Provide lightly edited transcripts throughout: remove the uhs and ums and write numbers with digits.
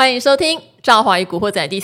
欢迎收听《赵华与古惑仔》第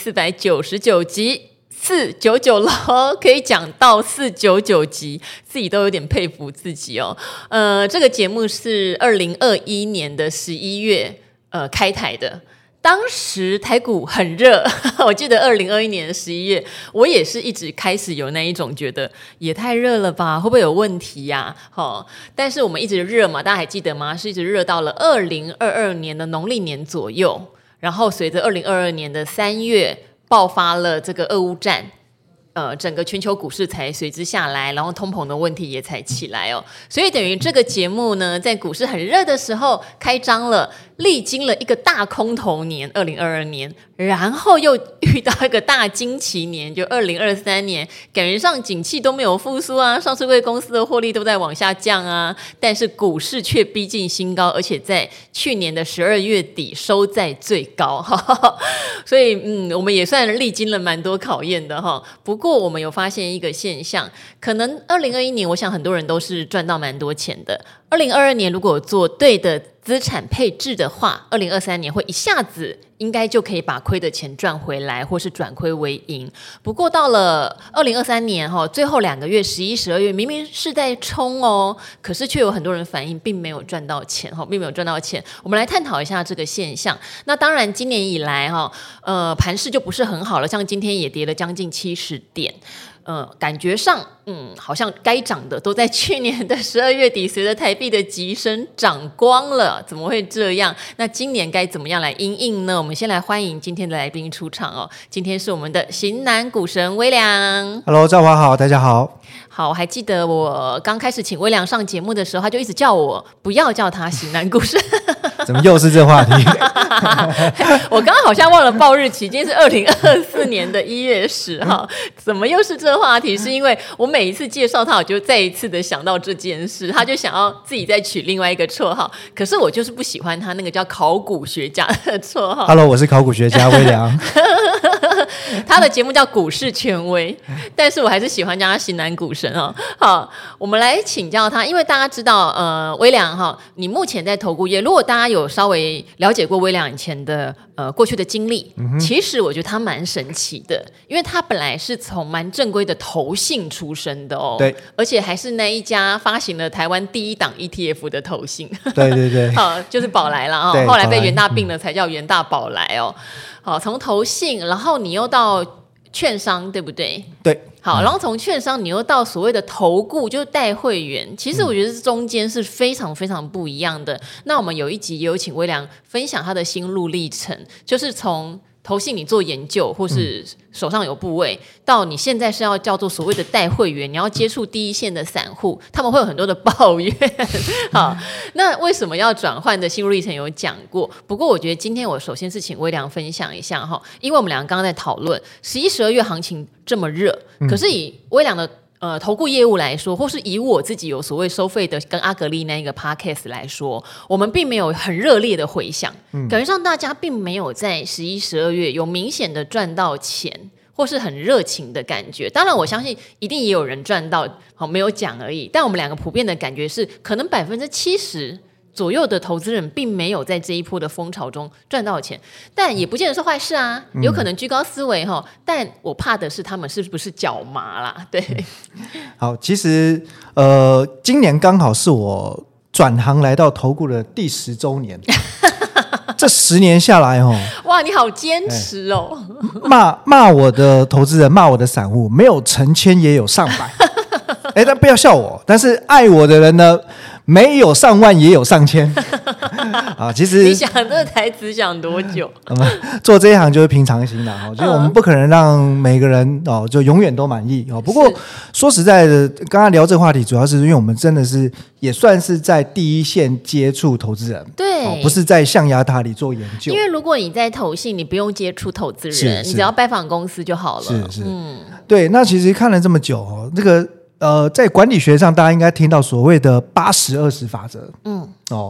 499集，499咯，可以讲到499集，自己都有点佩服自己哦。这个节目是2021年的11月开台的。当时台股很热，我记得2021年的11月，我也是一直开始有那一种觉得也太热了吧，会不会有问题呀？但是我们一直热嘛，大家还记得吗？是一直热到了2022年的农历年左右，然后随着2022年的3月爆发了这个俄乌战。整个全球股市才随之下来，然后通膨的问题也才起来哦，所以等于这个节目呢，在股市很热的时候开张了，历经了一个大空头年2022年，然后又遇到一个大惊奇年，就2023年，感觉上景气都没有复苏啊，上市柜公司的获利都在往下降啊，但是股市却逼近新高，而且在去年的12月底收在最高，所以我们也算历经了蛮多考验的哈。不过我们有发现一个现象，可能2021年我想很多人都是赚到蛮多钱的，2022年如果做对的资产配置的话，2023年会一下子应该就可以把亏的钱赚回来，或是转亏为盈。不过到了2023年最后2个月11、12月明明是在冲哦，可是却有很多人反映并没有赚到钱，并没有赚到钱。我们来探讨一下这个现象。那当然今年以来盘势就不是很好了，像今天也跌了将近70点。感觉上好像该涨的都在去年的12月底随着台币的急升涨光了，怎么会这样？那今年该怎么样来因应呢？我们先来欢迎今天的来宾出场哦。今天是我们的型男股神微良。 Hello， 赵华好，大家好。 好，我还记得我刚开始请微良上节目的时候，他就一直叫我不要叫他型男股神。 怎么又是这话题？ 我刚刚好像忘了报日期，今天是2024年的1月10号，怎么又是这话题？是因为我每一次介绍他，我就再一次的想到这件事，他就想要自己再取另外一个绰号，可是我就是不喜欢他那个叫考古学家的绰号。 Hello， 我是考古学家微良。 他的节目叫股市权威，但是我还是喜欢叫他型男股神哦。好，我们来请教他，因为大家知道微良你目前在投顾业，如果大家有稍微了解过微良以前的过去的经历，其实我觉得他蛮神奇的，因为他本来是从蛮正规的投信出身的哦， 对， 而且还是那一家发行了台湾第一档 ETF 的投信， 对对对， 就是宝来了后来被元大并了才叫元大宝来哦。好，从投信，然后你又到券商，对不对？ 对。 好，然后从券商你又到所谓的投顾，就是带会员，其实我觉得中间是非常非常不一样的。那我们有一集也有请微良分享他的心路历程，就是从投信你做研究或是手上有部位，到你现在是要叫做所谓的带会员，你要接触第一线的散户，他们会有很多的抱怨。好，那为什么要转换的心路历程有讲过，不过我觉得今天我首先是请微良分享一下因为我们两个刚刚在讨论11、12月行情这么热，可是以微良的投顾业务来说，或是以我自己有所谓收费的跟阿格丽那一个 podcast 来说，我们并没有很热烈的回响，感觉上大家并没有在11、12月有明显的赚到钱，或是很热情的感觉。当然我相信一定也有人赚到，没有讲而已，但我们两个普遍的感觉是可能70%左右的投资人并没有在这一波的风潮中赚到钱，但也不见得是坏事啊，有可能居高思维但我怕的是他们是不是脚麻啦？对， 好，其实今年刚好是我转行来到投顾的第10周年。这10年下来哇，你好坚持哦！ 骂我的投资人，骂我的散户，没有成千也有上百。但不要笑我，但是爱我的人呢，没有上万也有上千。其实你想这个台词想多久？ 做这一行就是平常心啦，就是我们不可能让每个人就永远都满意不过说实在的，刚刚聊这个话题，主要是因为我们真的是也算是在第一线接触投资人， 对， 不是在象牙塔里做研究。 因为如果你在投信，你不用接触投资人，你只要拜访公司就好了。 是，对。那其实看了这么久这个在管理学上，大家应该听到所谓的80-20法则。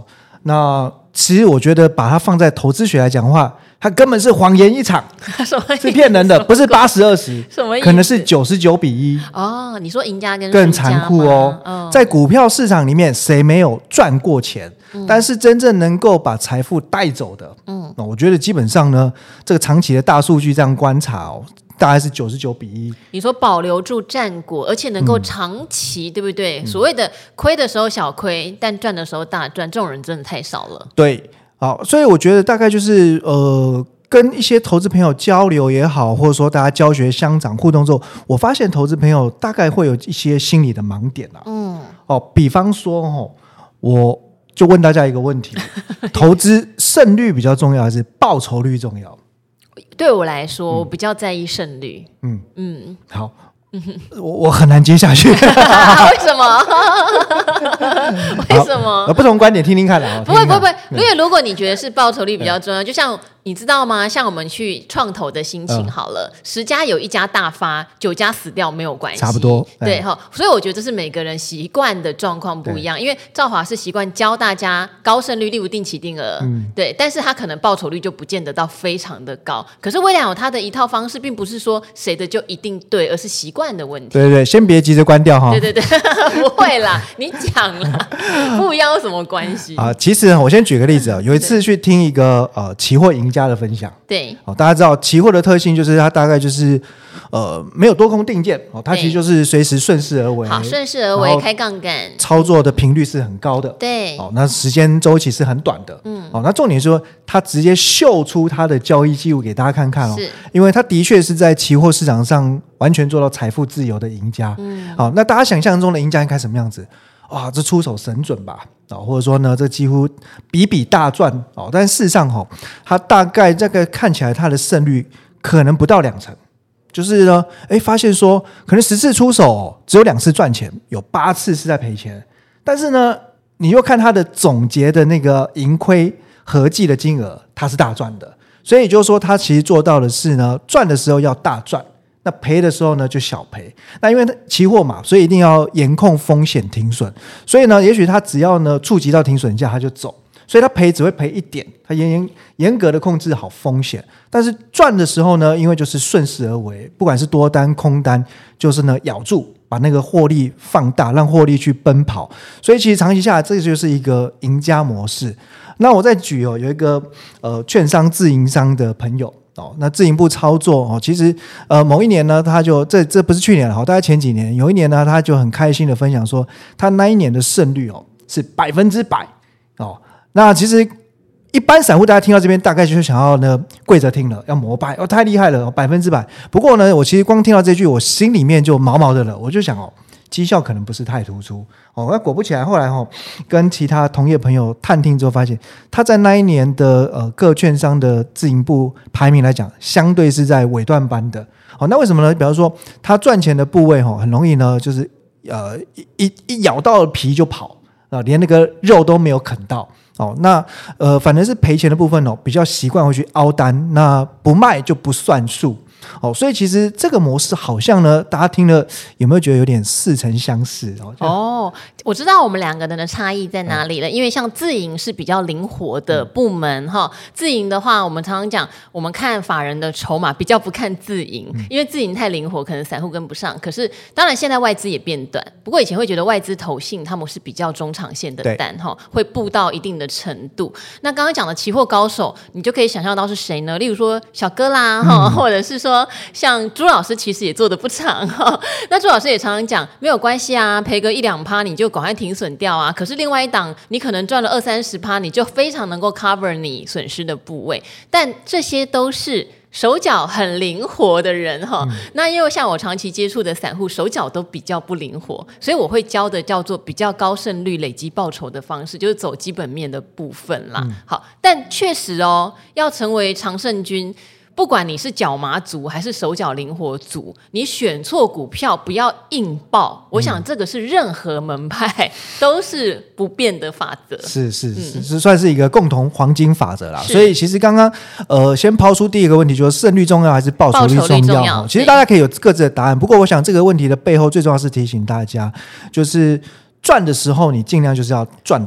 那其实我觉得把它放在投资学来讲的话，它根本是谎言一场，是骗人的，不是80-20， 什么意思？ 可能是99-1。 哦，你说赢家跟更残酷哦。在股票市场里面，谁没有赚过钱？但是真正能够把财富带走的，我觉得基本上呢，这个长期的大数据这样观察哦，大概是99-1。 你说保留住战果，而且能够长期，对不对？所谓的亏的时候小亏，但赚的时候大赚，这种人真的太少了。 对。好，所以我觉得大概就是跟一些投资朋友交流也好，或者说大家教学相长互动之后，我发现投资朋友大概会有一些心理的盲点啊。比方说我就问大家一个问题：投资胜率比较重要，还是报酬率重要？ 对我来说，我比较在意胜率。 好。我很难接下去。 为什么？为什么？ 不同观点听听看啦。 不会，因为如果你觉得是报酬率比较重要，就像你知道吗？像我们去创投的心情好了，10家有1家大发，9家死掉没有关系， 差不多。 对哈，所以我觉得这是每个人习惯的状况不一样。因为兆华是习惯教大家高胜率，例如定期定额，对，但是他可能报酬率就不见得到非常的高。可是微良有他的一套方式，并不是说谁的就一定对，而是习惯的问题。 对，先别急着关掉哈。 对，不会啦，你讲啦，不一样有什么关系啊？其实我先举个例子有一次去听一个期货赢家的分享。 对， 大家知道期货的特性就是它大概就是没有多空定见它其实就是随时顺势而为。 好，顺势而为，开杠杆， 操作的频率是很高的。 对， 那时间周期是很短的。那重点是说他直接秀出他的交易记录给大家看看是因为他的确是在期货市场上完全做到财富自由的赢家。好，那大家想象中的赢家应该什么样子？哇，这出手神准吧？或者说呢，这几乎比大赚但事实上他大概这个看起来他的胜率可能不到2成，就是呢，发现说可能10次出手只有2次赚钱，有8次是在赔钱。但是呢，你又看他的总结的那个盈亏合计的金额，他是大赚的。所以就是说，他其实做到的是呢，赚的时候要大赚。那赔的时候呢就小赔，那因为期货嘛，所以一定要严控风险停损，所以呢也许他只要呢触及到停损价他就走，所以他赔只会赔一点，他严格的控制好风险。但是赚的时候呢，因为就是顺势而为，不管是多单空单，就是呢咬住把那个获利放大，让获利去奔跑，所以其实长期下来这就是一个赢家模式。那我再举有一个券商自营商的朋友那自营部操作其实某一年呢，他就这不是去年了大概前几年，有一年呢，他就很开心的分享说，他那一年的胜率是100%那其实一般散户大家听到这边，大概就是想要呢跪着听了，要膜拜太厉害了100%。不过呢，我其实光听到这句，我心里面就毛毛的了，我就想绩效可能不是太突出那果不其然，后来跟其他同业朋友探听之后，发现他在那一年的各券商的自营部排名来讲，相对是在尾段班的那为什么呢？比方说他赚钱的部位很容易呢，就是一咬到皮就跑连那个肉都没有啃到那反正是赔钱的部分比较习惯会去凹单，那不卖就不算数所以其实这个模式好像呢，大家听了有没有觉得有点似曾相识我知道我们两个人的差异在哪里了，因为像自营是比较灵活的部门自营的话，我们常常讲，我们看法人的筹码，比较不看自营，因为自营太灵活，可能散户跟不上。可是当然现在外资也变短，不过以前会觉得外资投信他们是比较中长线的单会布到一定的程度。那刚刚讲的期货高手，你就可以想象到是谁呢？例如说小哥啦或者是说像朱老师其实也做得不长那朱老师也常常讲，没有关系啊，赔个1-2%你就赶快停损掉啊。可是另外一档你可能赚了20-30%，你就非常能够 cover 你损失的部位。但这些都是手脚很灵活的人那因为像我长期接触的散户，手脚都比较不灵活，所以我会教的叫做比较高胜率累积报酬的方式，就是走基本面的部分啦好，但确实要成为常胜军，不管你是脚麻族还是手脚灵活族，你选错股票不要硬爆，我想这个是任何门派都是不变的法则。是算是一个共同黄金法则啦。所以其实刚刚先抛出第一个问题，就是胜率重要还是报酬率重要其实大家可以有各自的答案，不过我想这个问题的背后最重要是提醒大家，就是赚的时候你尽量就是要赚大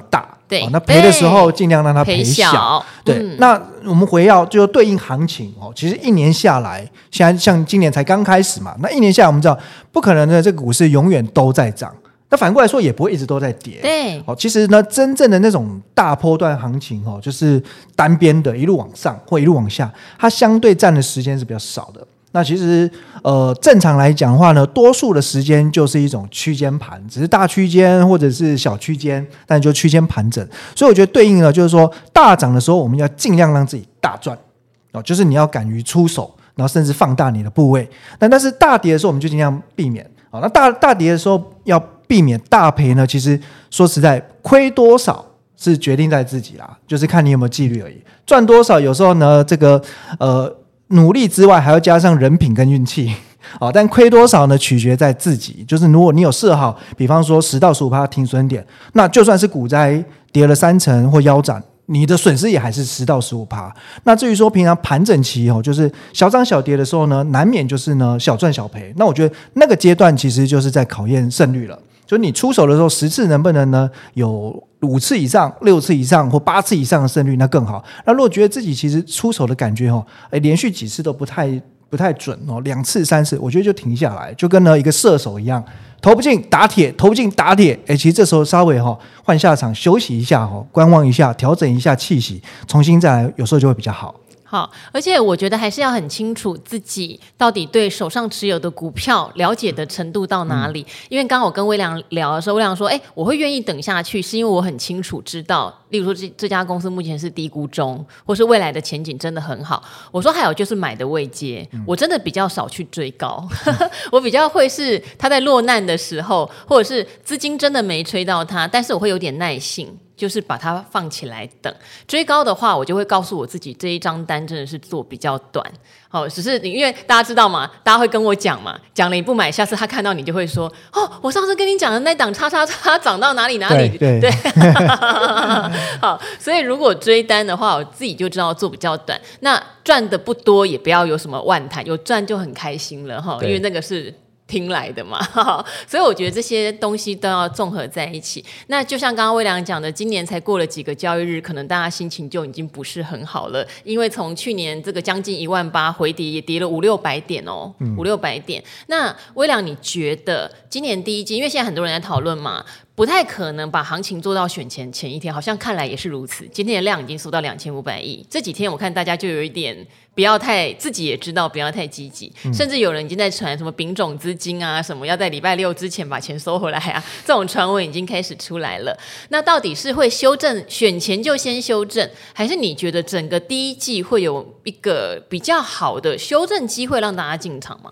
对， 那赔的时候尽量让它赔小。对，那我们回到就对应行情其实一年下来，现在像今年才刚开始嘛，那一年下来我们知道不可能的，这个股市永远都在涨。那反过来说也不会一直都在跌。 对， 其实呢，真正的那种大波段行情就是单边的一路往上或一路往下，它相对占的时间是比较少的。那其实正常来讲的话呢，多数的时间就是一种区间盘，只是大区间或者是小区间，但就区间盘整。所以我觉得对应呢，就是说大涨的时候，我们要尽量让自己大赚就是你要敢于出手，然后甚至放大你的部位。但是大跌的时候，我们就尽量避免。那大跌的时候要避免大赔呢，其实说实在，亏多少是决定在自己啦，就是看你有没有纪律而已。赚多少有时候呢，这个努力之外还要加上人品跟运气但亏多少呢，取决在自己。就是如果你有设好，比方说10到15%停损点，那就算是股灾跌了3成或腰斩，你的损失也还是10到15%。那至于说平常盘整期就是小涨小跌的时候呢，难免就是呢小赚小赔。那我觉得那个阶段其实就是在考验胜率了。就你出手的时候10次能不能呢有5次以上、6次以上或8次以上的胜率，那更好。那如果觉得自己其实出手的感觉连续几次都不太准2次3次，我觉得就停下来，就跟呢一个射手一样，投不进打铁，投不进打铁。其实这时候稍微换下场休息一下观望一下，调整一下气息，重新再来，有时候就会比较好。 好，而且我觉得还是要很清楚自己到底对手上持有的股票了解的程度到哪里。因为刚刚我跟威良聊的时候，威良说我会愿意等下去是因为我很清楚知道，例如说这家公司目前是低估中，或是未来的前景真的很好。我说还有就是买的位阶，我真的比较少去追高我比较会是他在落难的时候，或者是资金真的没吹到他，但是我会有点耐性，就是把它放起来等。追高的话，我就会告诉我自己这一张单真的是做比较短。只是因为大家知道嘛，大家会跟我讲嘛，讲了你不买，下次他看到你就会说我上次跟你讲的那档叉叉叉涨到哪里哪里。对好，所以如果追单的话，我自己就知道做比较短，那赚的不多也不要有什么万谈，有赚就很开心了因为那个是听来的嘛所以我觉得这些东西都要综合在一起。那就像刚刚威良讲的，今年才过了几个交易日，可能大家心情就已经不是很好了，因为从去年这个将近18000回跌也跌了500-600点500-600点。那威良你觉得今年第一季，因为现在很多人在讨论嘛，不太可能把行情做到选前一天，好像看来也是如此。今天的量已经缩到2500亿，这几天我看大家就有一点不要太，自己也知道不要太积极，甚至有人已经在传什么丙种资金啊，什么要在礼拜6之前把钱收回来啊，这种传闻已经开始出来了。那到底是会修正，选前就先修正，还是你觉得整个第一季会有一个比较好的修正机会让大家进场吗？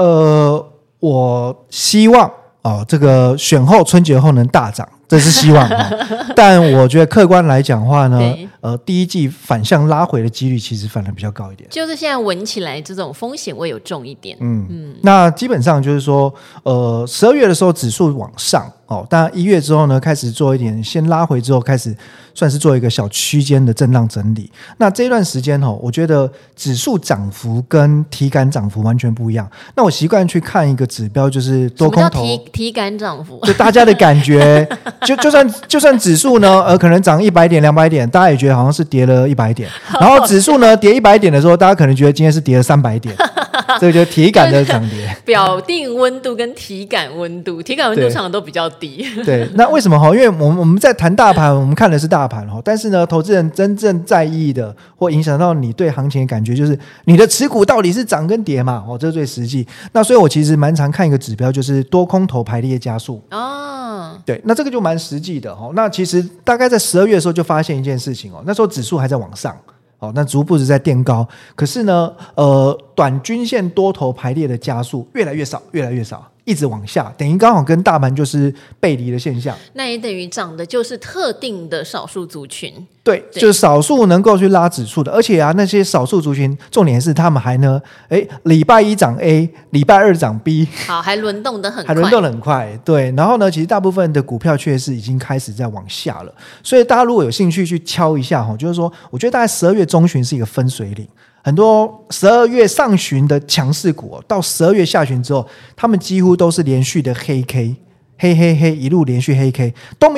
我希望这个选后春节后能大涨，这是希望但我觉得客观来讲的话呢，第一季反向拉回的几率其实反而比较高一点， 就是现在闻起来这种风险味有重一点。 那基本上就是说12月的时候指数往上当然1月之后呢开始做一点，先拉回之后开始算是做一个小区间的震荡整理。那这一段时间我觉得指数涨幅跟体感涨幅完全不一样。那我习惯去看一个指标，就是多空头。 什么叫体感涨幅？ 就大家的感觉就算指数呢可能涨100点200点，大家也觉得好像是跌了100点，然后指数呢跌100点的时候，大家可能觉得今天是跌了300点这个就是体感的涨跌。 表定温度跟体感温度，体感温度常常都比较低。 对，那为什么因为我们在谈大盘，我们看的是大盘但是呢，投资人真正在意的或影响到你对行情的感觉，就是你的持股到底是涨跟跌嘛这是最实际。那所以我其实蛮常看一个指标，就是多空头排列加速。对，那这个就蛮实际的那其实大概在12月的时候就发现一件事情那时候指数还在往上那逐步是在垫高，可是呢短均线多头排列的加速越来越少越来越少，一直往下，等于刚好跟大盘就是背离的现象。那也等于涨的就是特定的少数族群。 对，就是少数能够去拉指数的，而且那些少数族群重点是他们还呢礼拜1涨 A， 礼拜2涨 B， 好，还轮动的很快。对，然后呢其实大部分的股票确实已经开始在往下了，所以大家如果有兴趣去敲一下就是说我觉得大概12月中旬是一个分水岭，很多12月上旬的强势股到12月下旬之后，他们几乎都是连续的黑 K， 黑一路连续黑 K， 都没有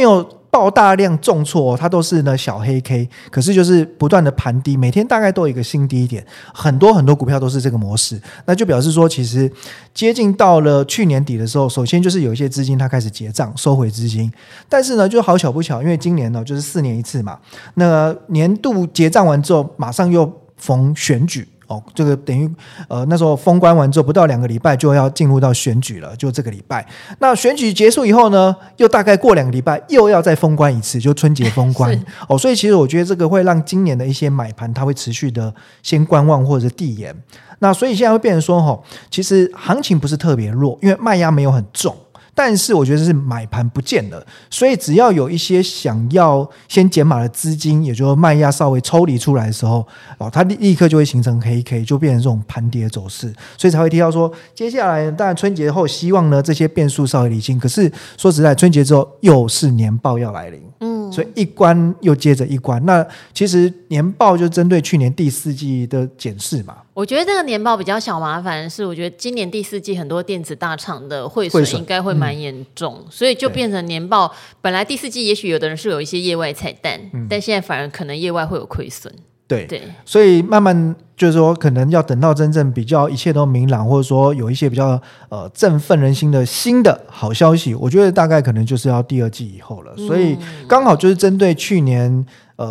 爆大量重挫它都是呢小黑 K， 可是就是不断的盘低，每天大概都有一个新低点，很多股票都是这个模式，那就表示说其实接近到了去年底的时候，首先就是有一些资金它开始结账收回资金，但是呢就好巧不巧，因为今年呢就是4年一次嘛，那年度结账完之后马上又逢选举这个等于那时候封关完之后不到2个礼拜就要进入到选举了，就这个礼拜。那选举结束以后呢，又大概过2个礼拜又要再封关一次，就春节封关所以其实我觉得这个会让今年的一些买盘它会持续的先观望或者是递延。那所以现在会变成说其实行情不是特别弱，因为卖压没有很重。但是我觉得是买盘不见了，所以只要有一些想要先减码的资金，也就是卖压稍微抽离出来的时候它立刻就会形成黑 K， 就变成这种盘跌走势，所以才会提到说接下来当然春节后希望呢这些变数稍微理清，可是说实在春节之后又是年报要来临，所以一关又接着一关。那其实年报就针对去年第4季的检视嘛。 我觉得这个年报比较小麻烦的是，我觉得今年第4季很多电子大厂的汇损应该会蛮严重，所以就变成年报本来第4季也许有的人是有一些业外彩蛋，但现在反而可能业外会有亏损。 对，所以慢慢就是说可能要等到真正比较一切都明朗，或者说有一些比较振奋人心的新的好消息，我觉得大概可能就是要第2季以后了。所以刚好就是针对去年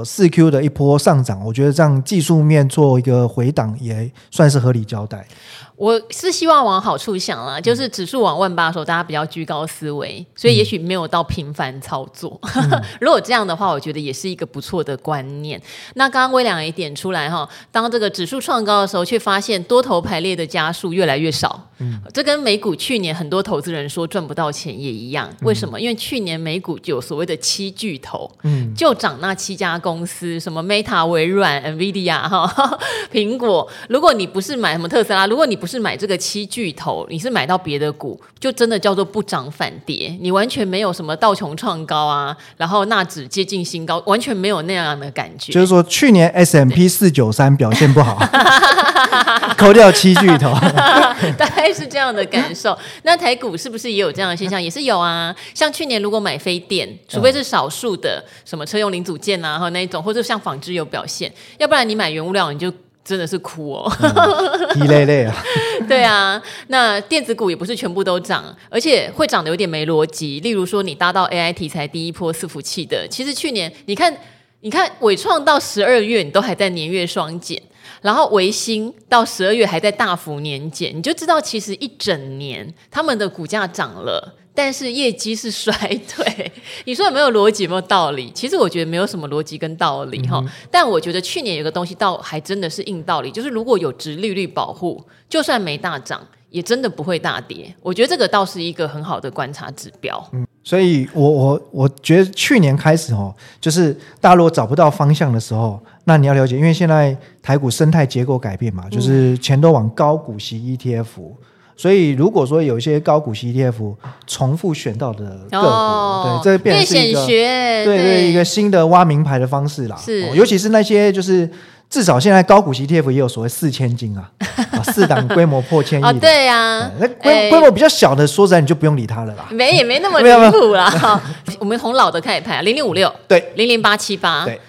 4Q 的一波上涨，我觉得这样技术面做一个回档也算是合理交代。 我是希望往好处想啦，就是指数往18000的时候大家比较居高思维，所以也许没有到频繁操作如果这样的话我觉得也是一个不错的观念。那刚刚威廉也点出来当这个指数创高的时候，却发现多头排列的家数越来越少，这跟美股去年很多投资人说赚不到钱也一样。为什么？因为去年美股就有所谓的7巨头，就涨那7家公司，什么 Meta、微软、NVIDIA 苹果。如果你不是买什么特斯拉，如果你不是买这个7巨头，你是买到别的股，就真的叫做不涨反跌，你完全没有什么道琼创高啊，然后纳指接近新高，完全没有那样的感觉。 就是说去年 S&P 493表现不好扣掉7巨头大概是这样的感受。那台股是不是也有这样的现象？也是有啊。像去年如果买非电，除非是少数的什么车用零组件啊和那一种，或者像纺织有表现，要不然你买原物料你就真的是哭一累累啊对啊，那电子股也不是全部都涨，而且会涨的有点没逻辑。例如说你搭到 AI 题材第一波伺服器的，其实去年你看伟创到12月你都还在年月双减，然后微星到12月还在大幅年减，你就知道其实一整年他们的股价涨了，但是业绩是衰退。你说有没有逻辑，有没有道理？其实我觉得没有什么逻辑跟道理但我觉得去年有个东西倒还真的是硬道理，就是如果有殖利率保护，就算没大涨也真的不会大跌。我觉得这个倒是一个很好的观察指标。 所以我觉得去年开始就是大家如果找不到方向的时候，那你要了解，因为现在台股生态结构改变嘛，就是钱都往高股息 ETF，所以如果说有一些高股息 ETF 重复选到的个股，对，这变成是一个对一个新的挖名牌的方式啦。是，尤其是那些就是至少现在高股息 ETF 也有所谓4000金4档规模破1000亿对啊， 那规模比较小的，说实在你就不用理它了啦， 也没那么离谱啦我们从老的开始拍0056，对，00878，对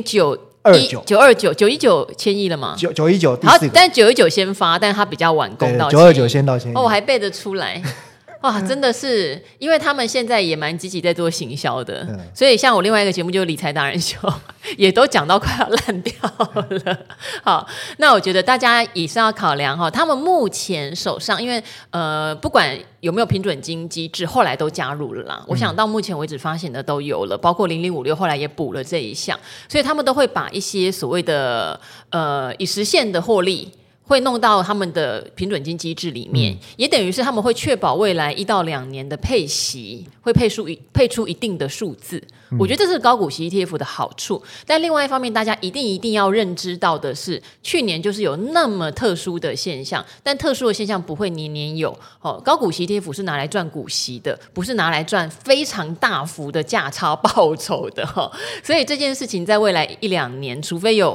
009。929千亿了吗 ？919第4个， 但919先发，但它比较晚攻到 929先到1000亿我还背得出来。哇，真的是，因为他们现在也蛮积极在做行销的，所以像我另外一个节目就是理财达人秀，也都讲到快要烂掉了。好，那我觉得大家也是要考量他们目前手上，因为不管有没有平准金机制，后来都加入了啦。我想到目前为止发现的都有了，包括0056后来也补了这一项，所以他们都会把一些所谓的已实现的获利会弄到他们的平准金机制里面，也等于是他们会确保未来1到2年的配息会配出一定的数字。我觉得这是高股息 ETF 的好处。但另外一方面，大家一定要认知到的是，去年就是有那么特殊的现象，但特殊的现象不会年年有。高股息 ETF 是拿来赚股息的，不是拿来赚非常大幅的价差报酬的。所以这件事情在未来1-2年，除非有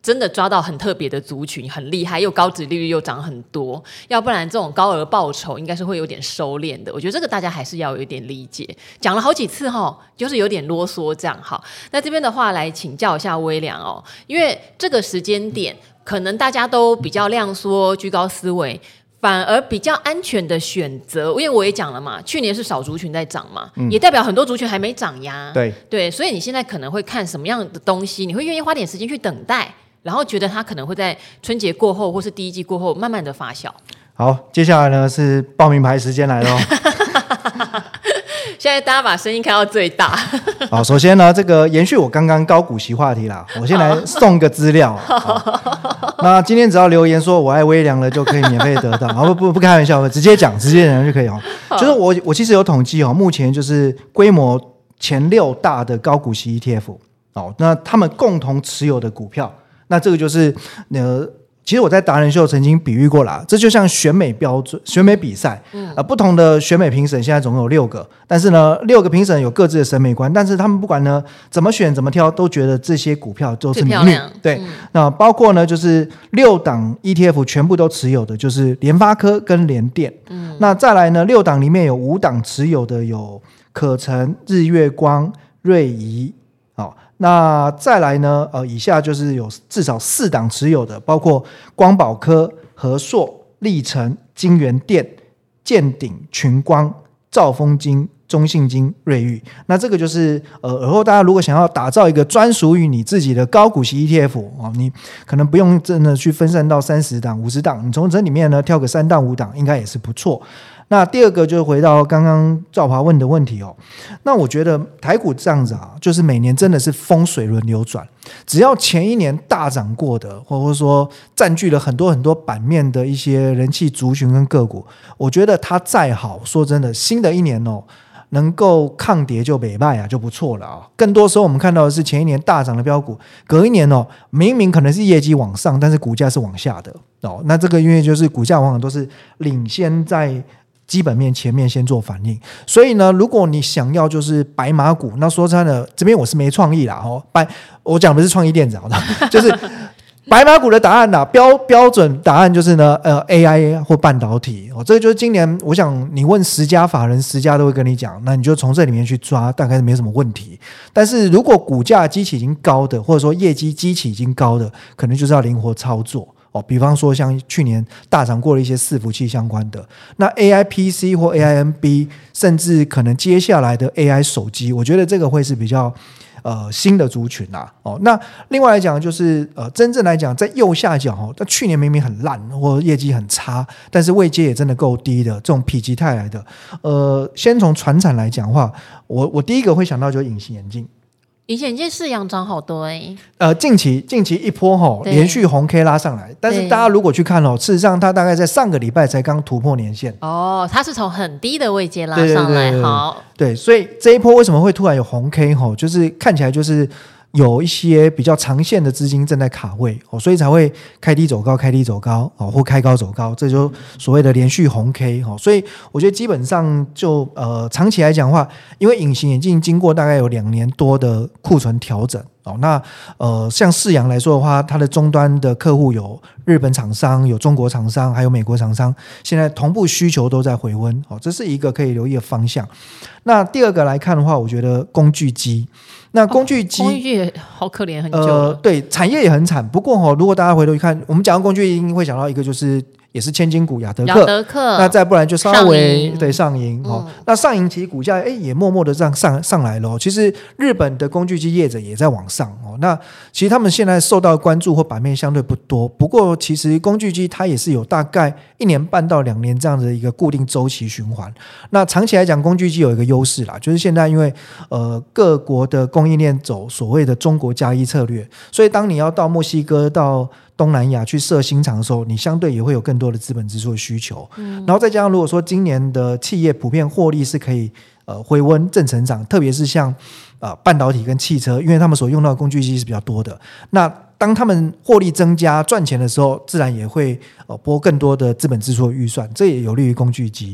真的抓到很特别的族群，很厉害，又高殖利率又涨很多，要不然这种高额报酬应该是会有点收敛的。我觉得这个大家还是要有一点理解。讲了好几次就是有点啰嗦这样。好，那这边的话来请教一下微良因为这个时间点可能大家都比较量缩居高思维，反而比较安全的选择，因为我也讲了嘛，去年是少族群在涨嘛，也代表很多族群还没涨呀。对，所以你现在可能会看什么样的东西，你会愿意花点时间去等待，然后觉得它可能会在春节过后或是第一季过后慢慢的发酵。 好，接下来呢是报名牌时间来了现在大家把声音开到最大好，首先呢，这个延续我刚刚高股息话题啦，我先来送个资料那今天只要留言说我爱微良了就可以免费得到不开玩笑，直接讲就可以就是我其实有统计目前就是规模前6大的高股息 ETF 那他们共同持有的股票，那这个就是其实我在达人秀曾经比喻过啦，这就像选美标准、选美比赛，不同的选美评审现在总共有6个，但是呢，6个评审有各自的审美观，但是他们不管呢怎么选、怎么挑，都觉得这些股票都是美女。对，那包括呢就是6档 ETF 全部都持有的，就是联发科跟联电。那再来呢，6档里面有5档持有的有可成、日月光、瑞仪。那再来呢以下就是有至少4档持有的，包括光宝科、和硕、力成、金源电、建鼎、群光、兆丰金、中信金、瑞昱。那这个就是而后大家如果想要打造一个专属于你自己的高股息 ETF 你可能不用真的去分散到30档、50档，你从这里面呢挑个3档、5档应该也是不错。那第二个就回到刚刚赵华问的问题那我觉得台股这样子就是每年真的是风水轮流转，只要前一年大涨过的，或者说占据了很多很多版面的一些人气族群跟个股，我觉得它再好，说真的，新的一年能够抗跌就没败就不错了更多时候我们看到的是前一年大涨的标股，隔一年明明可能是业绩往上，但是股价是往下的那这个因为就是股价往往都是领先在基本面前面先做反应，所以呢，如果你想要就是白马股，那说真的，这边我是没创意啦我讲的是创意电子就是白马股的答案标准答案就是呢AI 或半导体这个就是今年我想你问10家法人10家都会跟你讲，那你就从这里面去抓，大概是没什么问题。但是如果股价基期已经高的，或者说业绩基期已经高的，可能就是要灵活操作比方说像去年大涨过的一些伺服器相关的，那 AI PC 或 AINB， 甚至可能接下来的 AI 手机，我觉得这个会是比较新的族群那另外来讲就是真正来讲在右下角那去年明明很烂或业绩很差，但是位阶也真的够低的这种否极泰来的先从传产来讲的话，我第一个会想到就是隐形眼镜。 隐形眼镜是阳涨好多近期一波连续红 K 拉上来，但是大家如果去看事实上它大概在上个礼拜才刚突破年线它是从很低的位阶拉上来。 对，所以这一波为什么会突然有红 K 就是看起来就是有一些比较长线的资金正在卡位所以才会开低走高或开高走高，这就所谓的连续红 K 所以我觉得基本上就长期来讲的话，因为隐形眼镜经过大概有2年多的库存调整那像世阳来说的话，它的终端的客户有日本厂商、有中国厂商还有美国厂商，现在同步需求都在回温这是一个可以留意的方向。那第二个来看的话，我觉得工具机，那工具机工具也好可怜很久了对，产业也很惨。不过如果大家回头一看，我们讲到工具一定会想到一个就是也是千金股雅德克，那再不然就稍微上银那上银其实股价也默默的这样上来了其实日本的工具机业者也在往上那其实他们现在受到关注或版面相对不多，不过其实工具机它也是有大概1年半到2年这样的一个固定周期循环。那长期来讲，工具机有一个优势啦，就是现在因为各国的供应链走所谓的中国加一策略，所以当你要到墨西哥到东南亚去设新厂的时候，你相对也会有更多的资本支出的需求然后再加上如果说今年的企业普遍获利是可以回温正成长，特别是像半导体跟汽车，因为他们所用到的工具机是比较多的，那当他们获利增加赚钱的时候，自然也会拨更多的资本支出的预算，这也有利于工具机。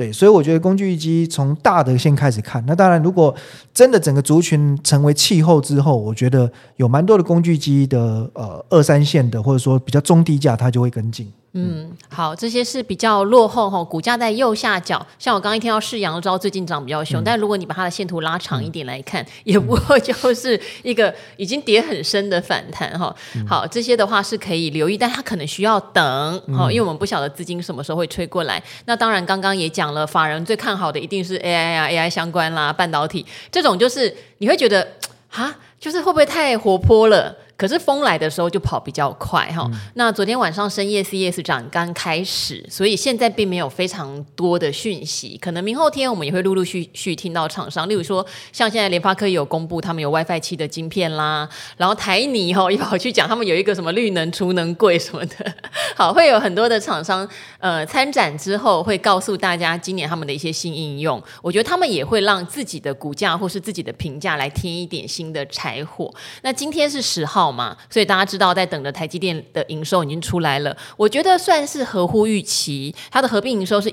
对，所以我觉得工具机从大的先开始看。那当然，如果真的整个族群成为气候之后，我觉得有蛮多的工具机的二三线的，或者说比较中低价，它就会跟进。 好，这些是比较落后股价在右下角，像我刚刚一听到世阳就知道最近涨比较凶，但如果你把它的线图拉长一点来看，也不过就是一个已经跌很深的反弹好，这些的话是可以留意，但它可能需要等因为我们不晓得资金什么时候会吹过来。那当然刚刚也讲了，法人最看好的一定是 AI 啊 AI 相关啦，半导体这种，就是你会觉得就是会不会太活泼了，可是风来的时候就跑比较快那昨天晚上深夜 CES 展刚开始，所以现在并没有非常多的讯息，可能明后天我们也会陆陆续续听到厂商，例如说像现在联发科也有公布他们有 WiFi 7的晶片啦，然后台泥也跑去讲他们有一个什么绿能储能柜什么的好，会有很多的厂商参展之后会告诉大家今年他们的一些新应用，我觉得他们也会让自己的股价或是自己的评价来添一点新的柴火。那今天是10号嘛，所以大家知道在等着台积电的营收已经出来了，我觉得算是合乎预期，它的合并营收是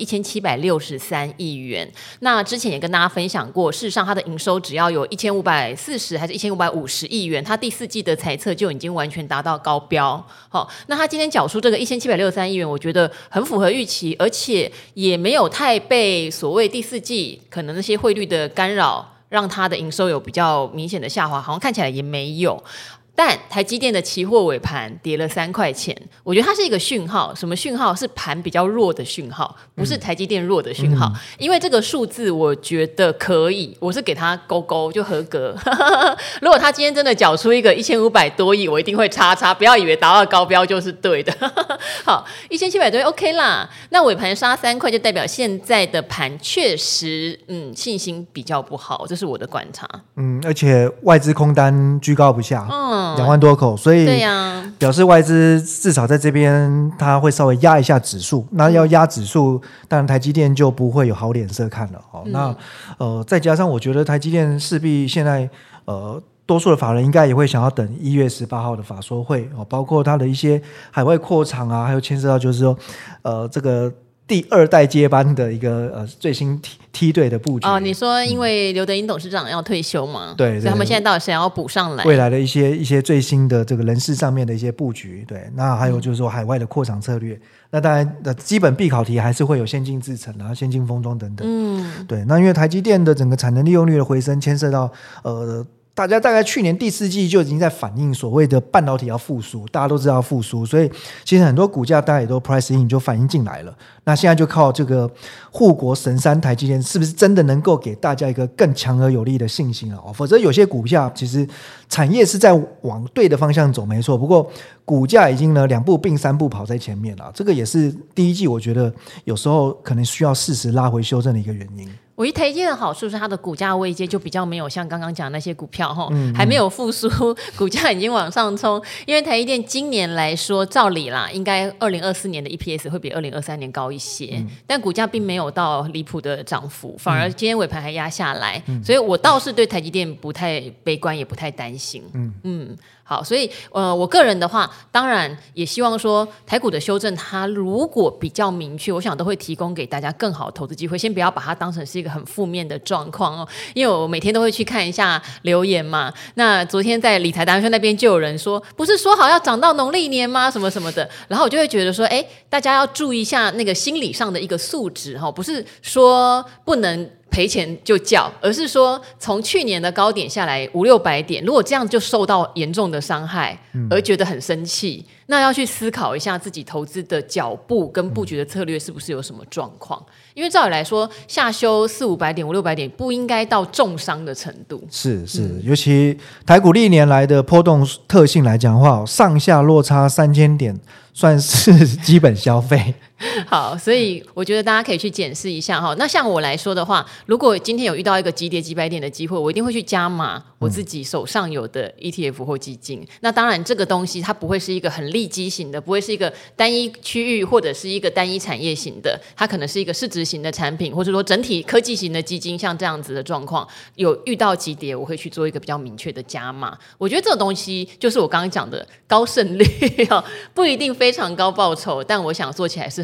1763亿元。那之前也跟大家分享过，事实上它的营收只要有1540还是1550亿元，它第4季的财测就已经完全达到高标那它今天缴出这个1763亿元，我觉得很符合预期，而且也没有太被所谓第4季可能那些汇率的干扰让它的营收有比较明显的下滑，好像看起来也没有。但台积电的期货尾盘跌了3块钱，我觉得它是一个讯号。什么讯号？是盘比较弱的讯号，不是台积电弱的讯号。因为这个数字我觉得可以，我是给它勾勾就合格如果他今天真的缴出一个1500多亿，我一定会叉叉，不要以为达到高标就是对的好，1700多亿 OK 啦。那尾盘杀3块就代表现在的盘确实信心比较不好，这是我的观察。 而且外资空单居高不下2万多口，所以表示外资至少在这边它会稍微压一下指数。那要压指数，当然台积电就不会有好脸色看了那再加上我觉得台积电势必现在多数的法人应该也会想要等1月18号的法说会包括它的一些海外扩厂啊，还有牵涉到就是说这个第2代接班的一个最新梯队的布局你说因为刘德音董事长要退休嘛？ 对， 所以他们现在到底谁要补上来？ 未来的一些最新的这个人事上面的一些布局，对，那还有就是说海外的扩厂策略，那当然基本必考题还是会有先进制程，然后先进封装等等，对，那因为台积电的整个产能利用率的回升，牵涉到大家大概去年第4季就已经在反映所谓的半导体要复苏，大家都知道要复苏，所以其实很多股价大家也都 price in 就反映进来了。那现在就靠这个护国神山台积电是不是真的能够给大家一个更强而有力的信心否则有些股价其实产业是在往对的方向走没错，不过股价已经呢2步并3步跑在前面了，这个也是第一季我觉得有时候可能需要适时拉回修正的一个原因。 我觉得台积电的好处是它的股价位阶就比较没有像刚刚讲那些股票还没有复苏，股价已经往上冲。因为台积电今年来说照理啦应该2024年的 EPS 会比2023年高一些，但股价并没有到离谱的涨幅，反而今天尾盘还压下来，所以我倒是对台积电不太悲观也不太担心。好，所以我个人的话当然也希望说台股的修正它如果比较明确，我想都会提供给大家更好的投资机会，先不要把它当成是一个很负面的状况因为我每天都会去看一下留言嘛。那昨天在理财达人秀那边就有人说不是说好要涨到农历年吗什么什么的，然后我就会觉得说大家要注意一下那个心理上的一个素质不是说不能赔钱就叫，而是说从去年的高点下来500-600点，如果这样就受到严重的伤害而觉得很生气，那要去思考一下自己投资的脚步跟布局的策略是不是有什么状况，因为照理来说下修400-500点500-600点不应该到重伤的程度。是尤其台股历年来的波动特性来讲的话，上下落差3000点算是基本消费好，所以我觉得大家可以去检视一下那像我来说的话，如果今天有遇到一个急跌几百点的机会，我一定会去加码我自己手上有的 ETF 或基金。那当然这个东西它不会是一个很利基型的，不会是一个单一区域或者是一个单一产业型的，它可能是一个市值型的产品，或者说整体科技型的基金，像这样子的状况有遇到急跌我会去做一个比较明确的加码。我觉得这种东西就是我刚刚讲的高胜率不一定非常高报酬，但我想做起来是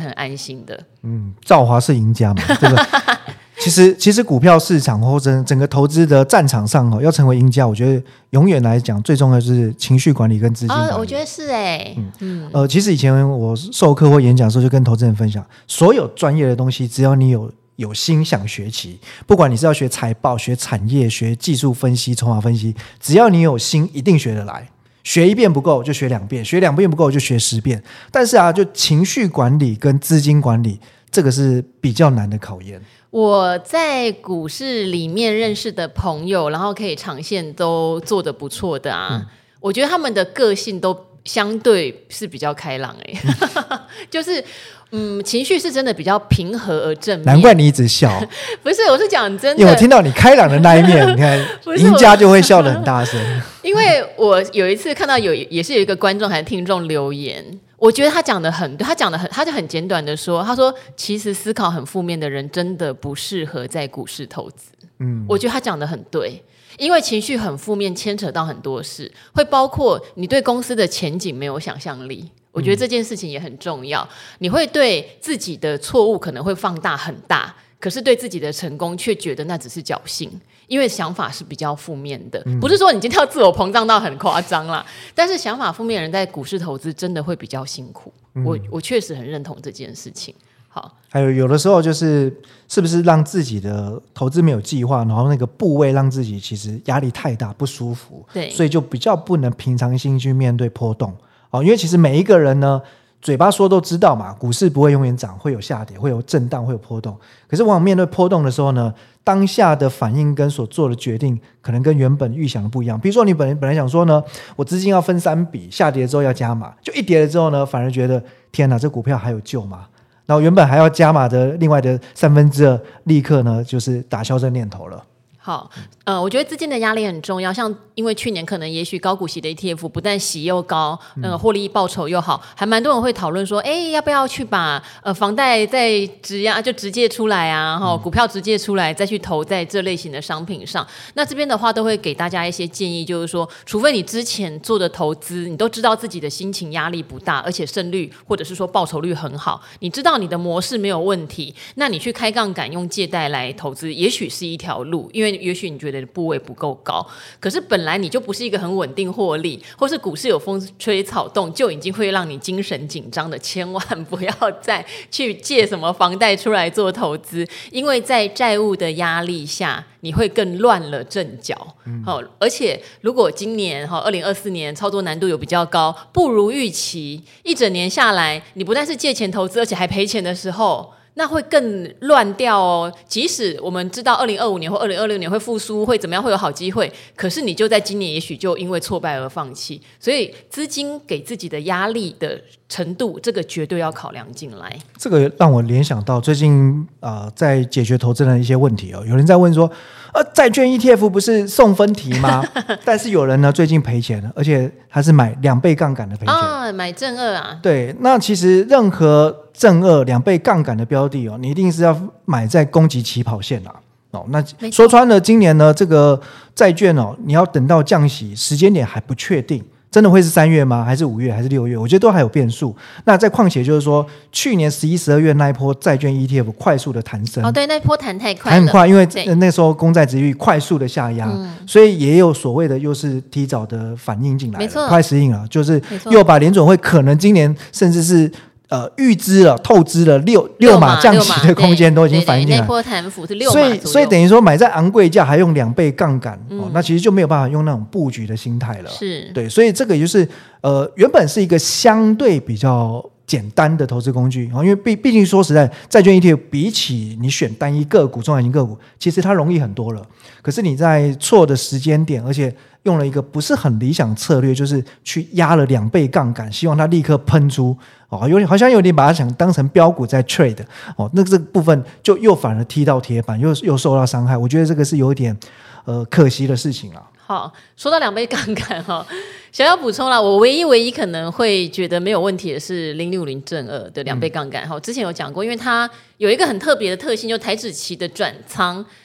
很安心的。 兆华是赢家嘛，这个其实股票市场或者整个投资的战场上要成为赢家，我觉得永远来讲最重要的是情绪管理跟资金管理。 我觉得是其实以前我授课或演讲的时候就跟投资人分享，所有专业的东西，只要你有心想学习，不管你是要学财报、学产业、学技术分析、筹码分析，只要你有心，一定学得来。学1遍不够就学2遍，学2遍不够就学10遍。但是就情绪管理跟资金管理，这个是比较难的考验。 我在股市里面认识的朋友，然后可以长线都做得不错的我觉得他们的个性都相对是比较开朗就是情绪是真的比较平和而正面。 难怪你一直笑不是，我是讲真的， 因为我听到你开朗的那一面你看赢家就会笑得很大声因为我有一次看到也是有一个观众还是听众留言，我觉得他讲的很对，他就很简短的说，他说其实思考很负面的人真的不适合在股市投资。我觉得他讲的很对，因为情绪很负面牵扯到很多事，会包括你对公司的前景没有想象力，我觉得这件事情也很重要。你会对自己的错误可能会放大很大，可是对自己的成功却觉得那只是侥幸，因为想法是比较负面的。不是说你今天要自我膨胀到很夸张啦，但是想法负面的人在股市投资真的会比较辛苦。我确实很认同这件事情。好， 还有的时候是不是让自己的投资没有计划，然后那个部位让自己其实压力太大不舒服， 对， 所以就比较不能平常心去面对波动。因为其实每一个人呢，嘴巴说都知道嘛，股市不会永远涨，会有下跌，会有震荡，会有波动。可是往往面对波动的时候呢，当下的反应跟所做的决定可能跟原本预想的不一样。比如说你本来想说呢，我资金要分3笔，下跌之后要加码，就一跌了之后呢，反而觉得天哪，这股票还有救吗？然后原本还要加码的另外的2/3，立刻呢就是打消这念头了。 好，我觉得资金的压力很重要。像因为去年可能也许高股息的 ETF 不但息又高，获利报酬又好，还蛮多人会讨论说，要不要去把房贷再就直借出来啊，股票直借出来再去投在这类型的商品上。那这边的话都会给大家一些建议，就是说，除非你之前做的投资，你都知道自己的心情压力不大，而且胜率或者是说报酬率很好，你知道你的模式没有问题，那你去开杠杆用借贷来投资，也许是一条路，因为也许你觉得部位不够高，可是本来你就不是一个很稳定获利，或是股市有风吹草动就已经会让你精神紧张的，千万不要再去借什么房贷出来做投资，因为在债务的压力下你会更乱了阵脚。而且如果今年2024年操作难度有比较高，不如预期，一整年下来你不但是借钱投资，而且还赔钱的时候，那会更乱掉哦。即使我们知道2025年或2026年会复苏，会怎么样，会有好机会，可是你就在今年也许就因为挫败而放弃。所以资金给自己的压力的程度，这个绝对要考量进来。 这个让我联想到最近在解决投资人的一些问题有人在问说，债券 ETF 不是送分题吗？但是有人呢最近赔钱了，而且他是买2倍杠杆的赔钱买正二啊。 对，那其实任何正二2倍杠杆的标的你一定是要买在攻击起跑线啦。那说穿了，今年呢这个债券你要等到降息时间点还不确定，真的会是3月吗？还是5月？还是6月？我觉得都还有变数。那再况且就是说，去年11、12月那一波债券 ETF 快速的弹升， 对，那一波弹太快了， 很快，因为那时候公债殖利率快速的下压，所以也有所谓的又是提早的反应进来了，快适应了，就是又把联准会可能今年甚至是预支了、透支了六码降息的空间都已经反映进来， 那波弹幅是6码左右， 所以等于说买在昂贵价还用2倍杠杆，那其实就没有办法用那种布局的心态了。 是，对， 所以这个就是原本是一个相对比较简单的投资工具，因为毕竟说实在，债券 ETF 比起你选单一个股、中小型个股，其实它容易很多了。可是你在错的时间点，而且用了一个不是很理想策略，就是去压了2倍杠杆，希望它立刻喷出好像有点把它想当成标股在 trade 那这个部分就又反而踢到铁板，又受到伤害。我觉得这个是有一点可惜的事情了。 好，说到2倍杠杆想要补充啦，我唯一可能会觉得没有问题的是0050正二的2倍杠杆之前有讲过，因为它有一个很特别的特性，就台指期的转仓，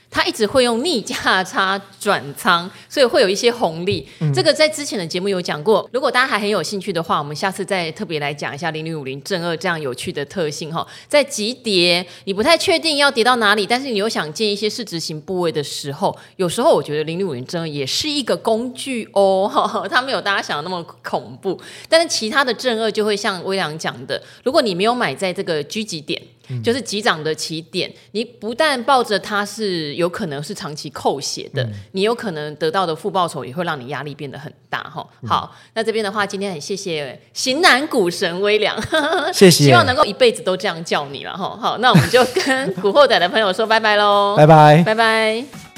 它一直会用逆价差转仓，所以会有一些红利。这个在之前的节目有讲过，如果大家还很有兴趣的话，我们下次再特别来讲一下0050正二这样有趣的特性哈。在急跌，你不太确定要跌到哪里，但是你又想建一些市值型部位的时候，有时候我觉得0050正二也是一个工具哦，它没有大家想的那么恐怖。但是其他的正二就会像威良讲的，如果你没有买在这个居集点，就是急涨的起点，你不但抱着它是有可能是长期扣血的，你有可能得到的负报酬也会让你压力变得很大哈。好，那这边的话，今天很谢谢型男股神威良， 谢谢， 希望能够一辈子都这样叫你了哈。好，那我们就跟古惑仔的朋友说拜拜喽， 拜拜， 拜拜。